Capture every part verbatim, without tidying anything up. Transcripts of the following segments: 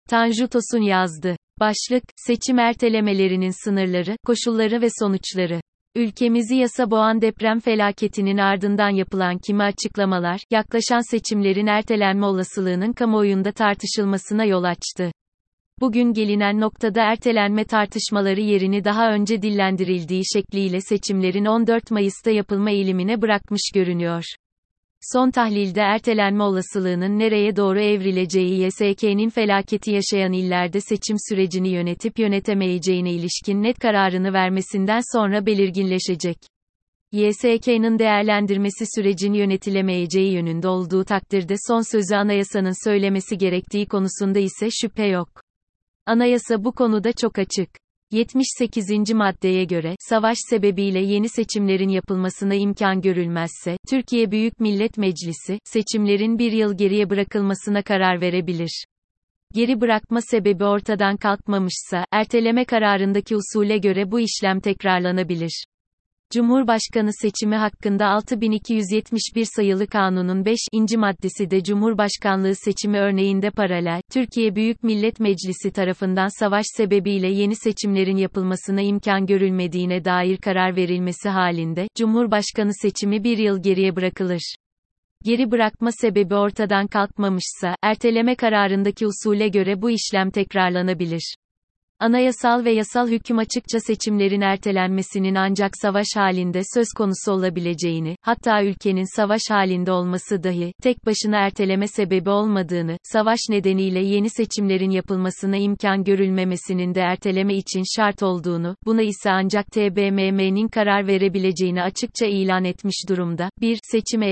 Tanju Tosun yazdı. Başlık, seçim ertelemelerinin sınırları, koşulları ve sonuçları. Ülkemizi yasa boğan deprem felaketinin ardından yapılan kimi açıklamalar, yaklaşan seçimlerin ertelenme olasılığının kamuoyunda tartışılmasına yol açtı. Bugün gelinen noktada ertelenme tartışmaları yerini daha önce dillendirildiği şekliyle seçimlerin on dört Mayıs'ta yapılma eğilimine bırakmış görünüyor. Son tahlilde ertelenme olasılığının nereye doğru evrileceği Y S K'nin felaketi yaşayan illerde seçim sürecini yönetip yönetemeyeceğine ilişkin net kararını vermesinden sonra belirginleşecek. Y S K'nın değerlendirmesi sürecin yönetilemeyeceği yönünde olduğu takdirde son sözü anayasanın söylemesi gerektiği konusunda ise şüphe yok. Anayasa bu konuda çok açık. yetmiş sekizinci maddeye göre, savaş sebebiyle yeni seçimlerin yapılmasına imkan görülmezse, Türkiye Büyük Millet Meclisi, seçimlerin bir yıl geriye bırakılmasına karar verebilir. Geri bırakma sebebi ortadan kalkmamışsa, erteleme kararındaki usule göre bu işlem tekrarlanabilir. Cumhurbaşkanı seçimi hakkında altı bin iki yüz yetmiş bir sayılı kanunun beşinci maddesi de Cumhurbaşkanlığı seçimi örneğinde paralel, Türkiye Büyük Millet Meclisi tarafından savaş sebebiyle yeni seçimlerin yapılmasına imkan görülmediğine dair karar verilmesi halinde, Cumhurbaşkanı seçimi bir yıl geriye bırakılır. Geri bırakma sebebi ortadan kalkmamışsa, erteleme kararındaki usule göre bu işlem tekrarlanabilir. Anayasal ve yasal hüküm açıkça seçimlerin ertelenmesinin ancak savaş halinde söz konusu olabileceğini, hatta ülkenin savaş halinde olması dahi, tek başına erteleme sebebi olmadığını, savaş nedeniyle yeni seçimlerin yapılmasına imkan görülmemesinin de erteleme için şart olduğunu, buna ise ancak T B M M'nin karar verebileceğini açıkça ilan etmiş durumda. bir Seçim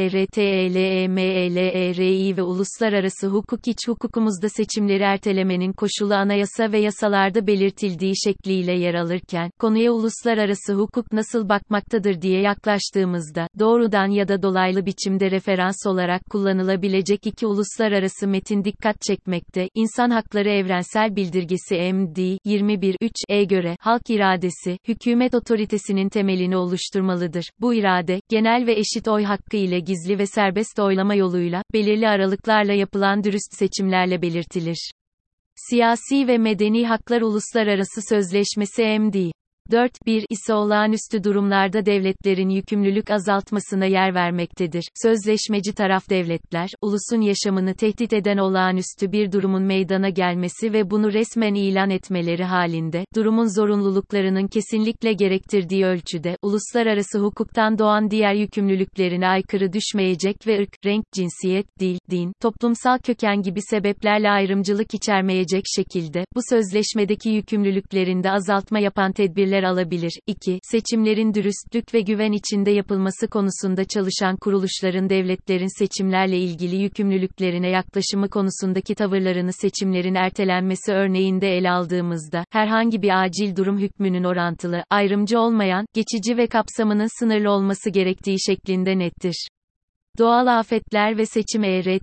ertelemleri ve uluslararası hukuk iç hukukumuzda seçimleri ertelemenin koşulu anayasa ve yasalarda belirtilmiştir. belirtildiği şekliyle yer alırken, konuya uluslararası hukuk nasıl bakmaktadır diye yaklaştığımızda, doğrudan ya da dolaylı biçimde referans olarak kullanılabilecek iki uluslararası metin dikkat çekmekte. İnsan Hakları Evrensel Bildirgesi M D yirmi bir nokta üç'e göre, halk iradesi, hükümet otoritesinin temelini oluşturmalıdır. Bu irade, genel ve eşit oy hakkı ile gizli ve serbest oylama yoluyla, belirli aralıklarla yapılan dürüst seçimlerle belirtilir. Siyasi ve Medeni Haklar Uluslararası Sözleşmesi M D dört nokta bir ise olağanüstü durumlarda devletlerin yükümlülük azaltmasına yer vermektedir. Sözleşmeci taraf devletler, ulusun yaşamını tehdit eden olağanüstü bir durumun meydana gelmesi ve bunu resmen ilan etmeleri halinde, durumun zorunluluklarının kesinlikle gerektirdiği ölçüde, uluslararası hukuktan doğan diğer yükümlülüklerine aykırı düşmeyecek ve ırk, renk, cinsiyet, dil, din, toplumsal köken gibi sebeplerle ayrımcılık içermeyecek şekilde, bu sözleşmedeki yükümlülüklerinde azaltma yapan tedbirler alabilir. iki Seçimlerin dürüstlük ve güven içinde yapılması konusunda çalışan kuruluşların devletlerin seçimlerle ilgili yükümlülüklerine yaklaşımı konusundaki tavırlarını seçimlerin ertelenmesi örneğinde ele aldığımızda, herhangi bir acil durum hükmünün orantılı, ayrımcı olmayan, geçici ve kapsamının sınırlı olması gerektiği şeklinde nettir. Doğal afetler ve seçim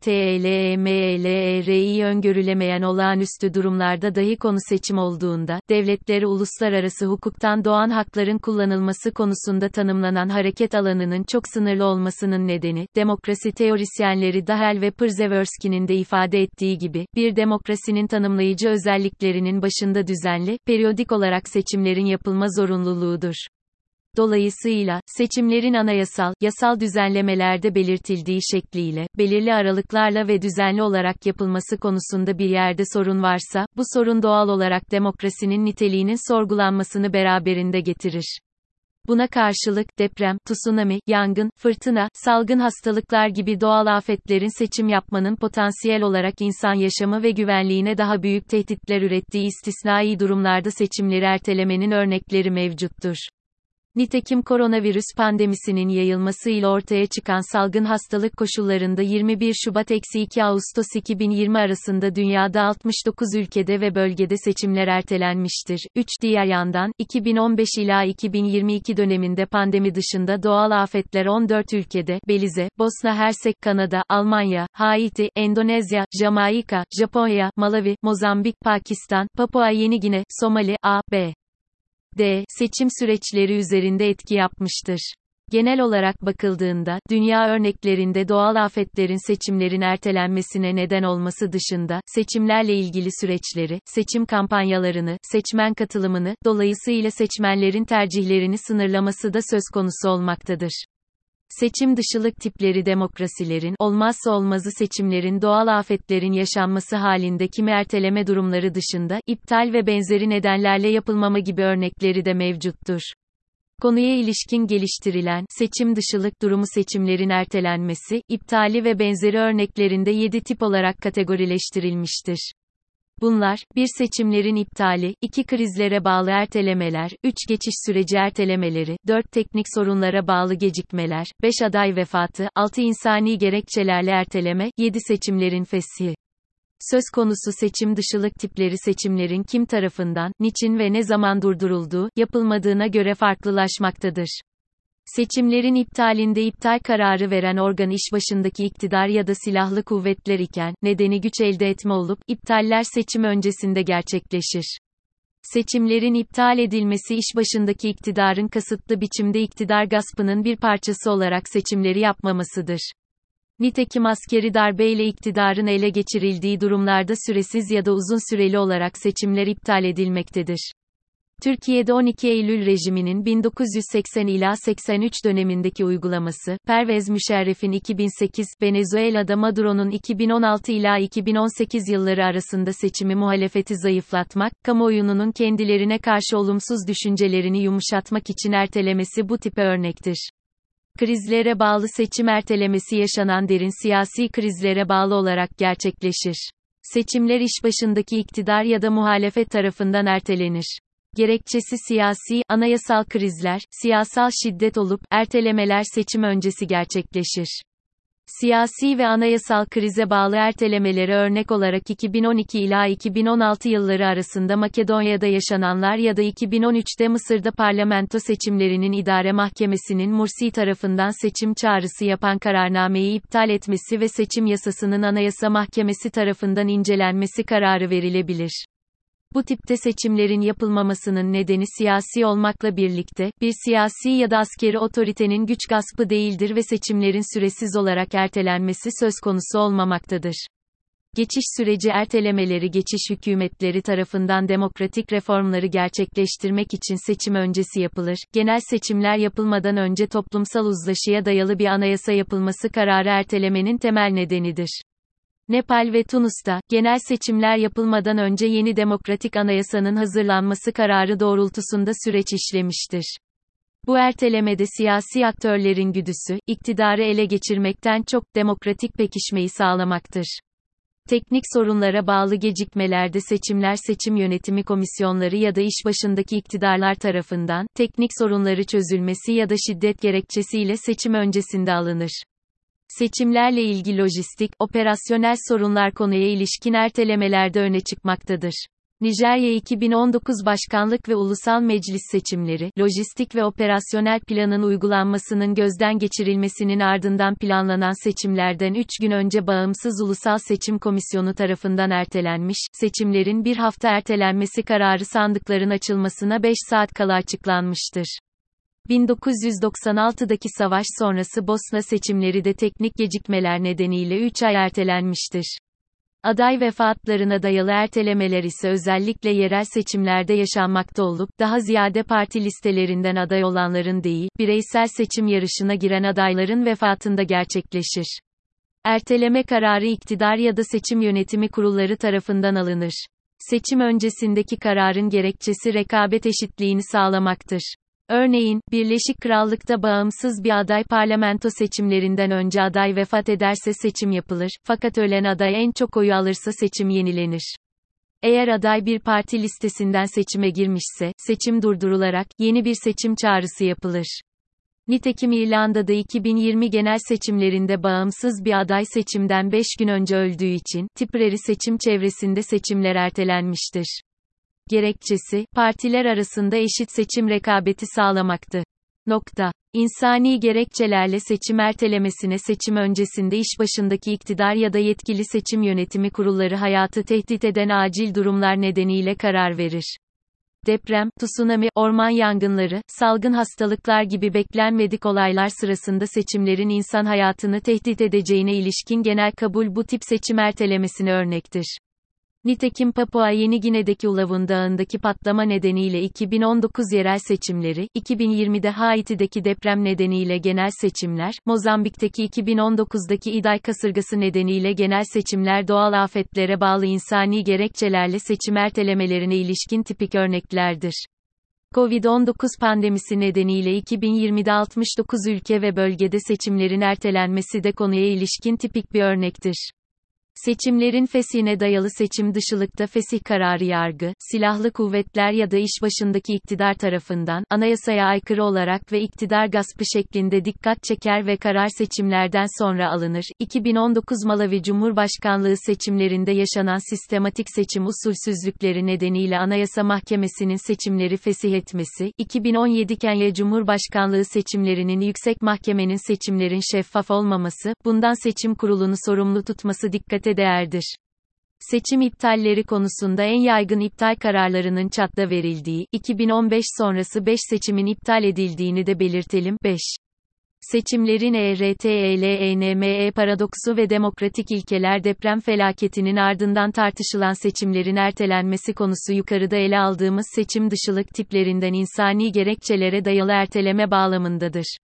ertelemleri öngörülemeyen olağanüstü durumlarda dahi konu seçim olduğunda, devletleri uluslararası hukuktan doğan hakların kullanılması konusunda tanımlanan hareket alanının çok sınırlı olmasının nedeni, demokrasi teorisyenleri Dahl ve Przeworski'nin de ifade ettiği gibi, bir demokrasinin tanımlayıcı özelliklerinin başında düzenli, periyodik olarak seçimlerin yapılma zorunluluğudur. Dolayısıyla, seçimlerin anayasal, yasal düzenlemelerde belirtildiği şekliyle, belirli aralıklarla ve düzenli olarak yapılması konusunda bir yerde sorun varsa, bu sorun doğal olarak demokrasinin niteliğinin sorgulanmasını beraberinde getirir. Buna karşılık, deprem, tsunami, yangın, fırtına, salgın hastalıklar gibi doğal afetlerin seçim yapmanın potansiyel olarak insan yaşamı ve güvenliğine daha büyük tehditler ürettiği istisnai durumlarda seçimleri ertelemenin örnekleri mevcuttur. Nitekim koronavirüs pandemisinin yayılmasıyla ortaya çıkan salgın hastalık koşullarında yirmi bir Şubat - iki Ağustos iki bin yirmi arasında dünyada altmış dokuz ülkede ve bölgede seçimler ertelenmiştir. üç Diğer yandan, iki bin on beş ila iki bin yirmi iki döneminde pandemi dışında doğal afetler on dört ülkede, Belize, Bosna Hersek, Kanada, Almanya, Haiti, Endonezya, Jamaika, Japonya, Malawi, Mozambik, Pakistan, Papua Yeni Gine, Somali, A B D seçim süreçleri üzerinde etki yapmıştır. Genel olarak bakıldığında, dünya örneklerinde doğal afetlerin seçimlerin ertelenmesine neden olması dışında, seçimlerle ilgili süreçleri, seçim kampanyalarını, seçmen katılımını, dolayısıyla seçmenlerin tercihlerini sınırlaması da söz konusu olmaktadır. Seçim dışılık tipleri demokrasilerin, olmazsa olmazı seçimlerin doğal afetlerin yaşanması halinde kimi erteleme durumları dışında, iptal ve benzeri nedenlerle yapılmama gibi örnekleri de mevcuttur. Konuya ilişkin geliştirilen, seçim dışılık durumu seçimlerin ertelenmesi, iptali ve benzeri örneklerinde yedi tip olarak kategorileştirilmiştir. Bunlar, bir seçimlerin iptali, iki krizlere bağlı ertelemeler, üç geçiş süreci ertelemeleri, dört teknik sorunlara bağlı gecikmeler, beş aday vefatı, altı insani gerekçelerle erteleme, yedi seçimlerin feshi. Söz konusu seçim dışılık tipleri seçimlerin kim tarafından, niçin ve ne zaman durdurulduğu, yapılmadığına göre farklılaşmaktadır. Seçimlerin iptalinde iptal kararı veren organ işbaşındaki iktidar ya da silahlı kuvvetler iken, nedeni güç elde etme olup, iptaller seçim öncesinde gerçekleşir. Seçimlerin iptal edilmesi işbaşındaki iktidarın kasıtlı biçimde iktidar gaspının bir parçası olarak seçimleri yapmamasıdır. Nitekim askeri darbeyle iktidarın ele geçirildiği durumlarda süresiz ya da uzun süreli olarak seçimler iptal edilmektedir. Türkiye'de on iki Eylül rejiminin bin dokuz yüz seksen ila seksen üç dönemindeki uygulaması, Pervez Müşerref'in iki bin sekiz, Venezuela'da Maduro'nun iki bin on altı ila iki bin on sekiz yılları arasında seçimi muhalefeti zayıflatmak, kamuoyunun kendilerine karşı olumsuz düşüncelerini yumuşatmak için ertelemesi bu tipe örnektir. Krizlere bağlı seçim ertelemesi yaşanan derin siyasi krizlere bağlı olarak gerçekleşir. Seçimler işbaşındaki iktidar ya da muhalefet tarafından ertelenir. Gerekçesi siyasi, anayasal krizler, siyasal şiddet olup, ertelemeler seçim öncesi gerçekleşir. Siyasi ve anayasal krize bağlı ertelemelere örnek olarak iki bin on iki ila iki bin on altı yılları arasında Makedonya'da yaşananlar ya da iki bin on üçte Mısır'da parlamento seçimlerinin idare mahkemesinin Mursi tarafından seçim çağrısı yapan kararnameyi iptal etmesi ve seçim yasasının Anayasa Mahkemesi tarafından incelenmesi kararı verilebilir. Bu tipte seçimlerin yapılmamasının nedeni siyasi olmakla birlikte, bir siyasi ya da askeri otoritenin güç gaspı değildir ve seçimlerin süresiz olarak ertelenmesi söz konusu olmamaktadır. Geçiş süreci ertelemeleri geçiş hükümetleri tarafından demokratik reformları gerçekleştirmek için seçim öncesi yapılır, genel seçimler yapılmadan önce toplumsal uzlaşıya dayalı bir anayasa yapılması kararı ertelemenin temel nedenidir. Nepal ve Tunus'ta, genel seçimler yapılmadan önce yeni demokratik anayasanın hazırlanması kararı doğrultusunda süreç işlemiştir. Bu ertelemede siyasi aktörlerin güdüsü, iktidarı ele geçirmekten çok, demokratik pekişmeyi sağlamaktır. Teknik sorunlara bağlı gecikmelerde seçimler seçim yönetimi komisyonları ya da işbaşındaki iktidarlar tarafından, teknik sorunları çözülmesi ya da şiddet gerekçesiyle seçim öncesinde alınır. Seçimlerle ilgili lojistik, operasyonel sorunlar konuya ilişkin ertelemelerde öne çıkmaktadır. Nijerya iki bin on dokuz Başkanlık ve Ulusal Meclis seçimleri, lojistik ve operasyonel planın uygulanmasının gözden geçirilmesinin ardından planlanan seçimlerden üç gün önce Bağımsız Ulusal Seçim Komisyonu tarafından ertelenmiş, seçimlerin bir hafta ertelenmesi kararı sandıkların açılmasına beş saat kala açıklanmıştır. bin dokuz yüz doksan altıdaki savaş sonrası Bosna seçimleri de teknik gecikmeler nedeniyle üç ay ertelenmiştir. Aday vefatlarına dayalı ertelemeler ise özellikle yerel seçimlerde yaşanmakta olup, daha ziyade parti listelerinden aday olanların değil, bireysel seçim yarışına giren adayların vefatında gerçekleşir. Erteleme kararı iktidar ya da seçim yönetimi kurulları tarafından alınır. Seçim öncesindeki kararın gerekçesi rekabet eşitliğini sağlamaktır. Örneğin, Birleşik Krallık'ta bağımsız bir aday parlamento seçimlerinden önce aday vefat ederse seçim yapılır, fakat ölen aday en çok oyu alırsa seçim yenilenir. Eğer aday bir parti listesinden seçime girmişse, seçim durdurularak, yeni bir seçim çağrısı yapılır. Nitekim İrlanda'da iki bin yirmi genel seçimlerinde bağımsız bir aday seçimden beş gün önce öldüğü için, Tipperary seçim çevresinde seçimler ertelenmiştir. Gerekçesi, partiler arasında eşit seçim rekabeti sağlamaktı. Nokta. İnsani gerekçelerle seçim ertelemesine seçim öncesinde işbaşındaki iktidar ya da yetkili seçim yönetimi kurulları hayatı tehdit eden acil durumlar nedeniyle karar verir. deprem, tsunami, orman yangınları, salgın hastalıklar gibi beklenmedik olaylar sırasında seçimlerin insan hayatını tehdit edeceğine ilişkin genel kabul bu tip seçim ertelemesine örnektir. Nitekim Papua Yeni Gine'deki Ulavun Dağı'ndaki patlama nedeniyle iki bin on dokuz yerel seçimleri, iki bin yirmide Haiti'deki deprem nedeniyle genel seçimler, Mozambik'teki iki bin on dokuzdaki İday kasırgası nedeniyle genel seçimler doğal afetlere bağlı insani gerekçelerle seçim ertelemelerine ilişkin tipik örneklerdir. Covid on dokuz pandemisi nedeniyle iki bin yirmide altmış dokuz ülke ve bölgede seçimlerin ertelenmesi de konuya ilişkin tipik bir örnektir. Seçimlerin feshine dayalı seçim dışılıkta fesih kararı yargı, silahlı kuvvetler ya da iş başındaki iktidar tarafından, anayasaya aykırı olarak ve iktidar gaspı şeklinde dikkat çeker ve karar seçimlerden sonra alınır. iki bin on dokuz Malawi Cumhurbaşkanlığı seçimlerinde yaşanan sistematik seçim usulsüzlükleri nedeniyle Anayasa Mahkemesi'nin seçimleri fesih etmesi, iki bin on yedi Kenya Cumhurbaşkanlığı seçimlerinin Yüksek Mahkemenin seçimlerin şeffaf olmaması, bundan seçim kurulunu sorumlu tutması dikkat değerdir. Seçim iptalleri konusunda en yaygın iptal kararlarının çatla verildiği, iki bin on beş sonrası beş seçimin iptal edildiğini de belirtelim. beş Seçimlerin E R T E L E N M E paradoksu ve demokratik ilkeler deprem felaketinin ardından tartışılan seçimlerin ertelenmesi konusu yukarıda ele aldığımız seçim dışılık tiplerinden insani gerekçelere dayalı erteleme bağlamındadır.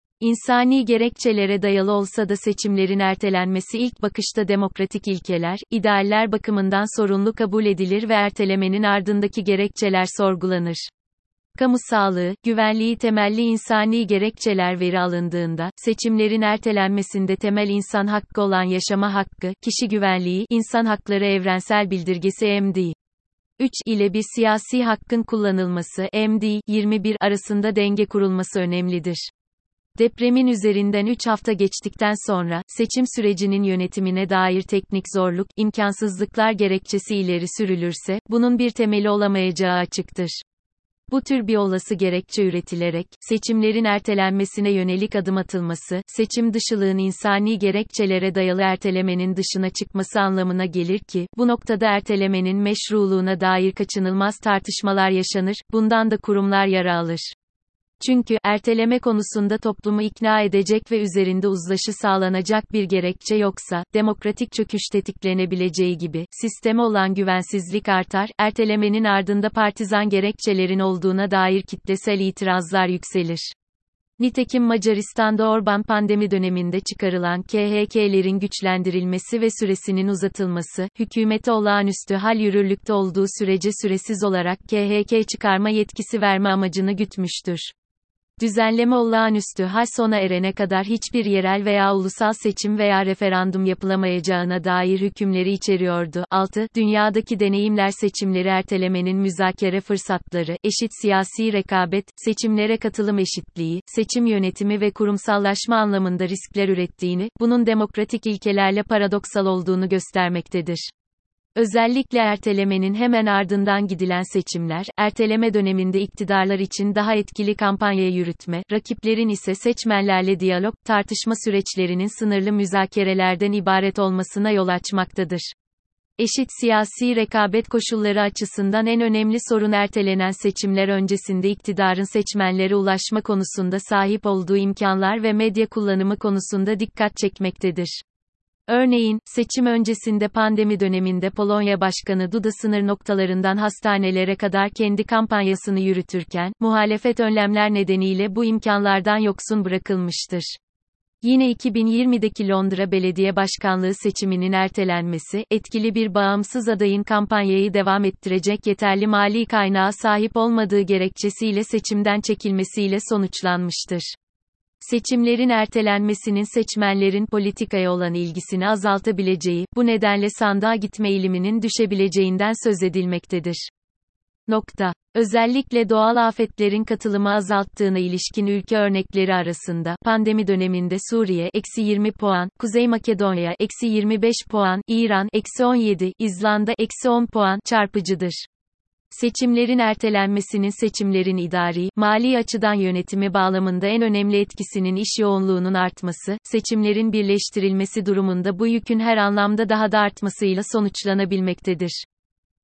İnsani gerekçelere dayalı olsa da seçimlerin ertelenmesi ilk bakışta demokratik ilkeler, idealler bakımından sorunlu kabul edilir ve ertelemenin ardındaki gerekçeler sorgulanır. Kamu sağlığı, güvenliği temelli insani gerekçeler veri alındığında, seçimlerin ertelenmesinde temel insan hakkı olan yaşama hakkı, kişi güvenliği, insan hakları evrensel bildirgesi M D üç ile bir siyasi hakkın kullanılması M D yirmi bir arasında denge kurulması önemlidir. Depremin üzerinden üç hafta geçtikten sonra, seçim sürecinin yönetimine dair teknik zorluk, imkansızlıklar gerekçesi ileri sürülürse, bunun bir temeli olamayacağı açıktır. Bu tür bir olası gerekçe üretilerek, seçimlerin ertelenmesine yönelik adım atılması, seçim dışılığın insani gerekçelere dayalı ertelemenin dışına çıkması anlamına gelir ki, bu noktada ertelemenin meşruluğuna dair kaçınılmaz tartışmalar yaşanır, bundan da kurumlar yara alır. Çünkü, erteleme konusunda toplumu ikna edecek ve üzerinde uzlaşı sağlanacak bir gerekçe yoksa, demokratik çöküş tetiklenebileceği gibi, sisteme olan güvensizlik artar, ertelemenin ardında partizan gerekçelerin olduğuna dair kitlesel itirazlar yükselir. Nitekim Macaristan'da Orban pandemi döneminde çıkarılan K H K'lerin güçlendirilmesi ve süresinin uzatılması, hükümete olağanüstü hal yürürlükte olduğu sürece süresiz olarak K H K çıkarma yetkisi verme amacını gütmüştür. Düzenleme olağanüstü hal sona erene kadar hiçbir yerel veya ulusal seçim veya referandum yapılamayacağına dair hükümleri içeriyordu. altı Dünyadaki deneyimler seçimleri ertelemenin müzakere fırsatları, eşit siyasi rekabet, seçimlere katılım eşitliği, seçim yönetimi ve kurumsallaşma anlamında riskler ürettiğini, bunun demokratik ilkelerle paradoksal olduğunu göstermektedir. Özellikle ertelemenin hemen ardından gidilen seçimler, erteleme döneminde iktidarlar için daha etkili kampanya yürütme, rakiplerin ise seçmenlerle diyalog, tartışma süreçlerinin sınırlı müzakerelerden ibaret olmasına yol açmaktadır. Eşit siyasi rekabet koşulları açısından en önemli sorun ertelenen seçimler öncesinde iktidarın seçmenlere ulaşma konusunda sahip olduğu imkanlar ve medya kullanımı konusunda dikkat çekmektedir. Örneğin, seçim öncesinde pandemi döneminde Polonya Başkanı Duda sınır noktalarından hastanelere kadar kendi kampanyasını yürütürken, muhalefet önlemler nedeniyle bu imkanlardan yoksun bırakılmıştır. Yine iki bin yirmideki Londra Belediye Başkanlığı seçiminin ertelenmesi, etkili bir bağımsız adayın kampanyayı devam ettirecek yeterli mali kaynağa sahip olmadığı gerekçesiyle seçimden çekilmesiyle sonuçlanmıştır. Seçimlerin ertelenmesinin seçmenlerin politikaya olan ilgisini azaltabileceği, bu nedenle sandığa gitme eğiliminin düşebileceğinden söz edilmektedir. Nokta. Özellikle doğal afetlerin katılımı azalttığına ilişkin ülke örnekleri arasında, pandemi döneminde Suriye, eksi yirmi puan, Kuzey Makedonya, eksi yirmi beş puan, İran, eksi on yedi, İzlanda, eksi on puan, çarpıcıdır. Seçimlerin ertelenmesinin seçimlerin idari, mali açıdan yönetimi bağlamında en önemli etkisinin iş yoğunluğunun artması, seçimlerin birleştirilmesi durumunda bu yükün her anlamda daha da artmasıyla sonuçlanabilmektedir.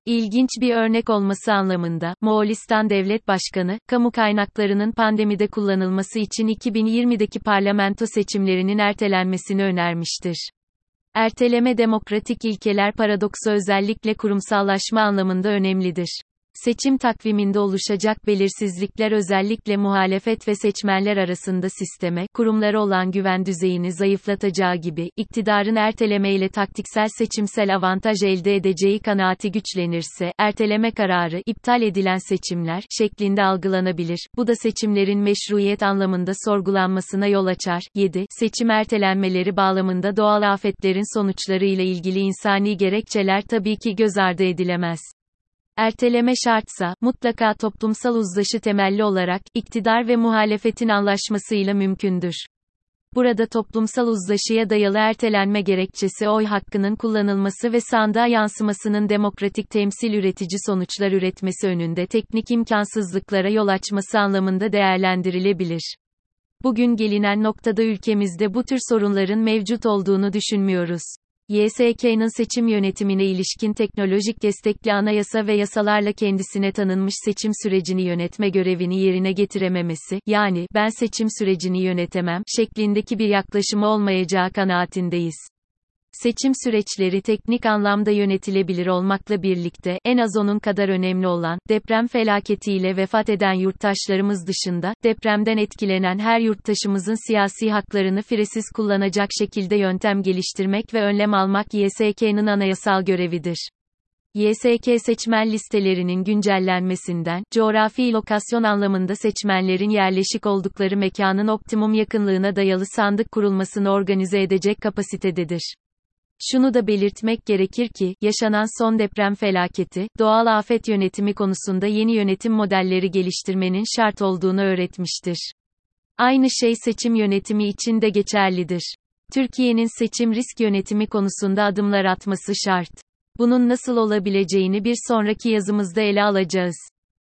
İlginç bir örnek olması anlamında, Moğolistan Devlet Başkanı, kamu kaynaklarının pandemide kullanılması için iki bin yirmideki parlamento seçimlerinin ertelenmesini önermiştir. Erteleme demokratik ilkeler paradoksu özellikle kurumsallaşma anlamında önemlidir. Seçim takviminde oluşacak belirsizlikler özellikle muhalefet ve seçmenler arasında sisteme, kurumlara olan güven düzeyini zayıflatacağı gibi, iktidarın ertelemeyle taktiksel seçimsel avantaj elde edeceği kanaati güçlenirse, erteleme kararı, iptal edilen seçimler, şeklinde algılanabilir. Bu da seçimlerin meşruiyet anlamında sorgulanmasına yol açar. yedi. Seçim ertelenmeleri bağlamında doğal afetlerin sonuçları ile ilgili insani gerekçeler tabii ki göz ardı edilemez. Erteleme şartsa, mutlaka toplumsal uzlaşı temelli olarak, iktidar ve muhalefetin anlaşmasıyla mümkündür. Burada toplumsal uzlaşıya dayalı ertelenme gerekçesi oy hakkının kullanılması ve sandığa yansımasının demokratik temsil üretici sonuçlar üretmesi önünde teknik imkansızlıklara yol açması anlamında değerlendirilebilir. Bugün gelinen noktada ülkemizde bu tür sorunların mevcut olduğunu düşünmüyoruz. Y S K'nın seçim yönetimine ilişkin teknolojik destekli anayasa ve yasalarla kendisine tanınmış seçim sürecini yönetme görevini yerine getirememesi, yani, ben seçim sürecini yönetemem, şeklindeki bir yaklaşımı olmayacağı kanaatindeyiz. Seçim süreçleri teknik anlamda yönetilebilir olmakla birlikte, en az onun kadar önemli olan, deprem felaketiyle vefat eden yurttaşlarımız dışında, depremden etkilenen her yurttaşımızın siyasi haklarını firesiz kullanacak şekilde yöntem geliştirmek ve önlem almak Y S K'nın anayasal görevidir. Y S K seçmen listelerinin güncellenmesinden, coğrafi lokasyon anlamında seçmenlerin yerleşik oldukları mekanın optimum yakınlığına dayalı sandık kurulmasını organize edecek kapasitededir. Şunu da belirtmek gerekir ki, yaşanan son deprem felaketi, doğal afet yönetimi konusunda yeni yönetim modelleri geliştirmenin şart olduğunu öğretmiştir. Aynı şey seçim yönetimi için de geçerlidir. Türkiye'nin seçim risk yönetimi konusunda adımlar atması şart. Bunun nasıl olabileceğini bir sonraki yazımızda ele alacağız.